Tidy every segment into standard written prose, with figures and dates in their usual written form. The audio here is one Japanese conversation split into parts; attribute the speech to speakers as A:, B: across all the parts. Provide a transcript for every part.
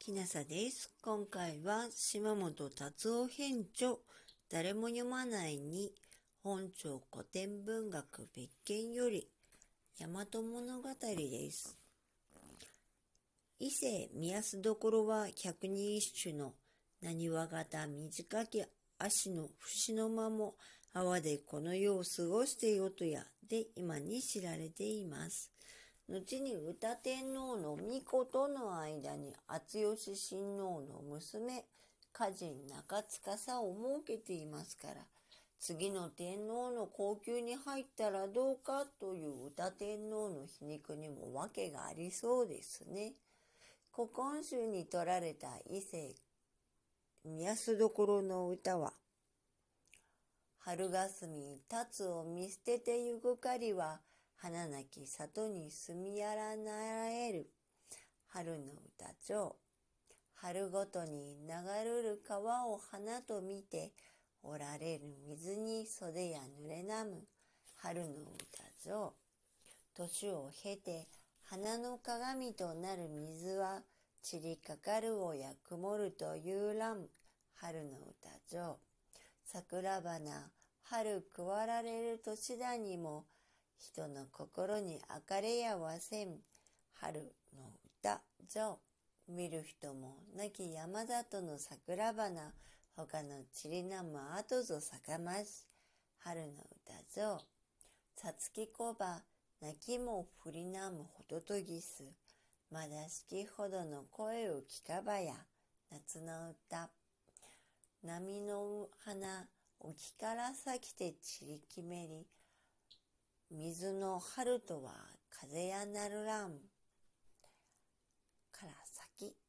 A: きなさです。今回は島本達夫編著誰も読まないに本朝古典文学別件より大和物語です。伊勢宮洲所は百人一首のなにわ型短き足の節の間も泡でこの世を過ごしてよとやで今に知られています。後に宇多天皇の御子との間に厚吉親王の娘歌人中司を設けていますから、次の天皇の後宮に入ったらどうかという宇多天皇の皮肉にも訳がありそうですね。古今集に取られた伊勢宮洲所の歌は、春霞立つを見捨ててゆくかりは花なき里に住みやらなえる春の歌帳、春ごとに流るる川を花と見ておられる水に袖や濡れなむ春の歌帳、年を経て花の鏡となる水は散りかかるをや曇るというらん春の歌帳、桜花春食わられる年だにも人の心にあかれやわせん春の歌帳、見る人も亡き山里の桜花他の散りなむ後ぞ咲かまし春の歌帳、さつきこば泣きも振りなむほととぎすまだしきほどの声を聞かばや夏の歌、波の花沖から咲きて散りきめり水の春とは風やなるらんから咲き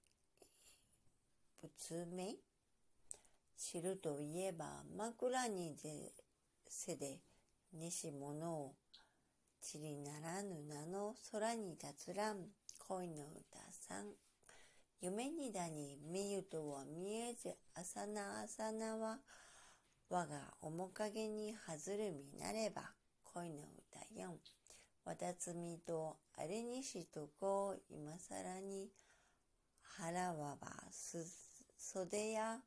A: 仏名知るといえば枕にせでし物を散りならぬ名の空に立つらん恋の歌さん、夢にだに見ゆとは見えず朝な朝なは我が面影にはずるみなれば恋の歌よん、わたつみとあれにしとこう今さらに腹はばす袖や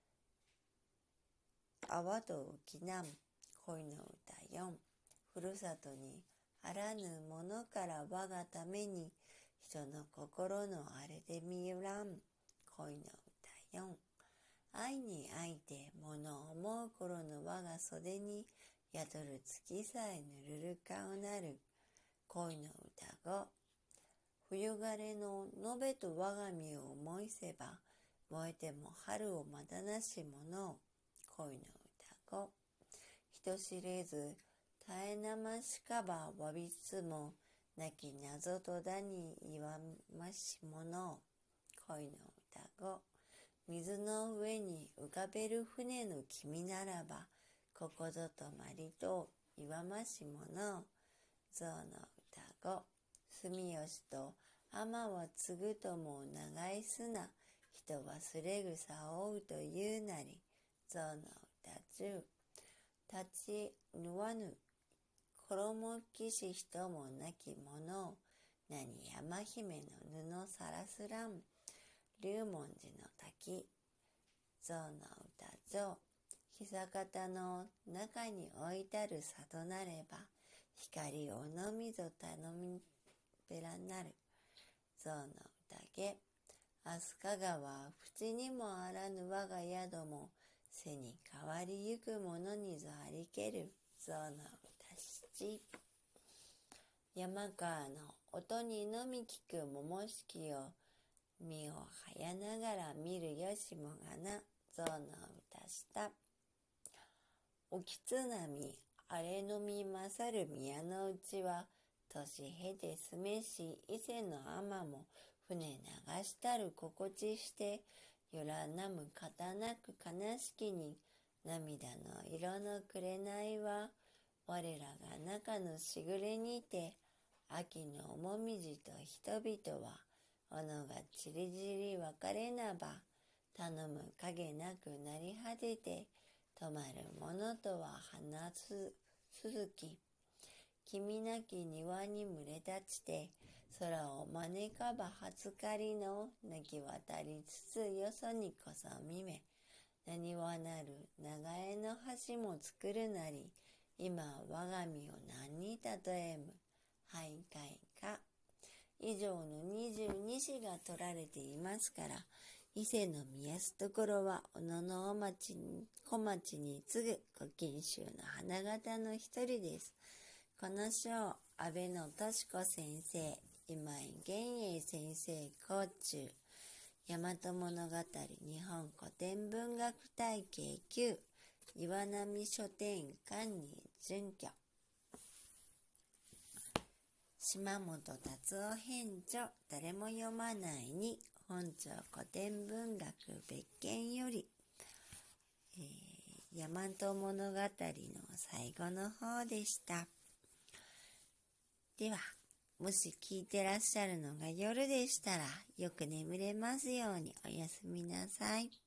A: 泡と浮きなむ恋の歌よん、ふるさとにあらぬものから我がために人の心のあれで見ゆらん恋の歌よん、愛に愛て物を思う頃の我が袖に宿る月さえぬるる顔なる恋の歌ご、冬枯れののべと我が身を思いせば燃えても春をまだなしものを恋の歌ご、人知れず絶えなましかばわびつもなき謎とだに言わましものを恋の歌ご、水の上に浮かべる船の君ならばここぞとまりと言わましものを象の歌ご、住吉と天は継ぐとも長い砂人忘れ草を追うというなり象の歌中、立ちぬわぬ衣きし人もなき者を何山姫の布さらすらん龍門寺の滝象の歌上、久方の中に置いたる里なれば光をのみぞ頼みべらなる象の宴、飛鳥川淵にもあらぬ我が宿も背に変わりゆくものにぞありける象の歌七、山川の音にのみ聞く桃敷を身をはやながら見るよしもがな象の歌下、おきつ波あれのみ勝る宮の内は年経てすめし伊勢の天も船流したる心地してよらなむ方なく悲しきに涙の色の紅は我らが中のしぐれにて秋のもみじと人々はおのがちりじり別れなば頼む影なくなり果てて止まるものとは花すずき君なき庭に群れ立ちて空を招かば初狩りの泣き渡りつつよそにこそみめ。何はなる長江の橋も作るなり。今我が身を何に例えむ。はいかいか。以上の22詩が取られていますから、伊勢の見やすところは小野の小町に次ぐ古今集の花形の一人です。この書を安倍の敏子先生、今井玄英先生講中、大和物語日本古典文学体系9、岩波書店館に準拠。島本達夫編著、誰も読まないに本朝古典文学別件より、大和物語の最後の方でした。では、もし聞いてらっしゃるのが夜でしたら、よく眠れますようにおやすみなさい。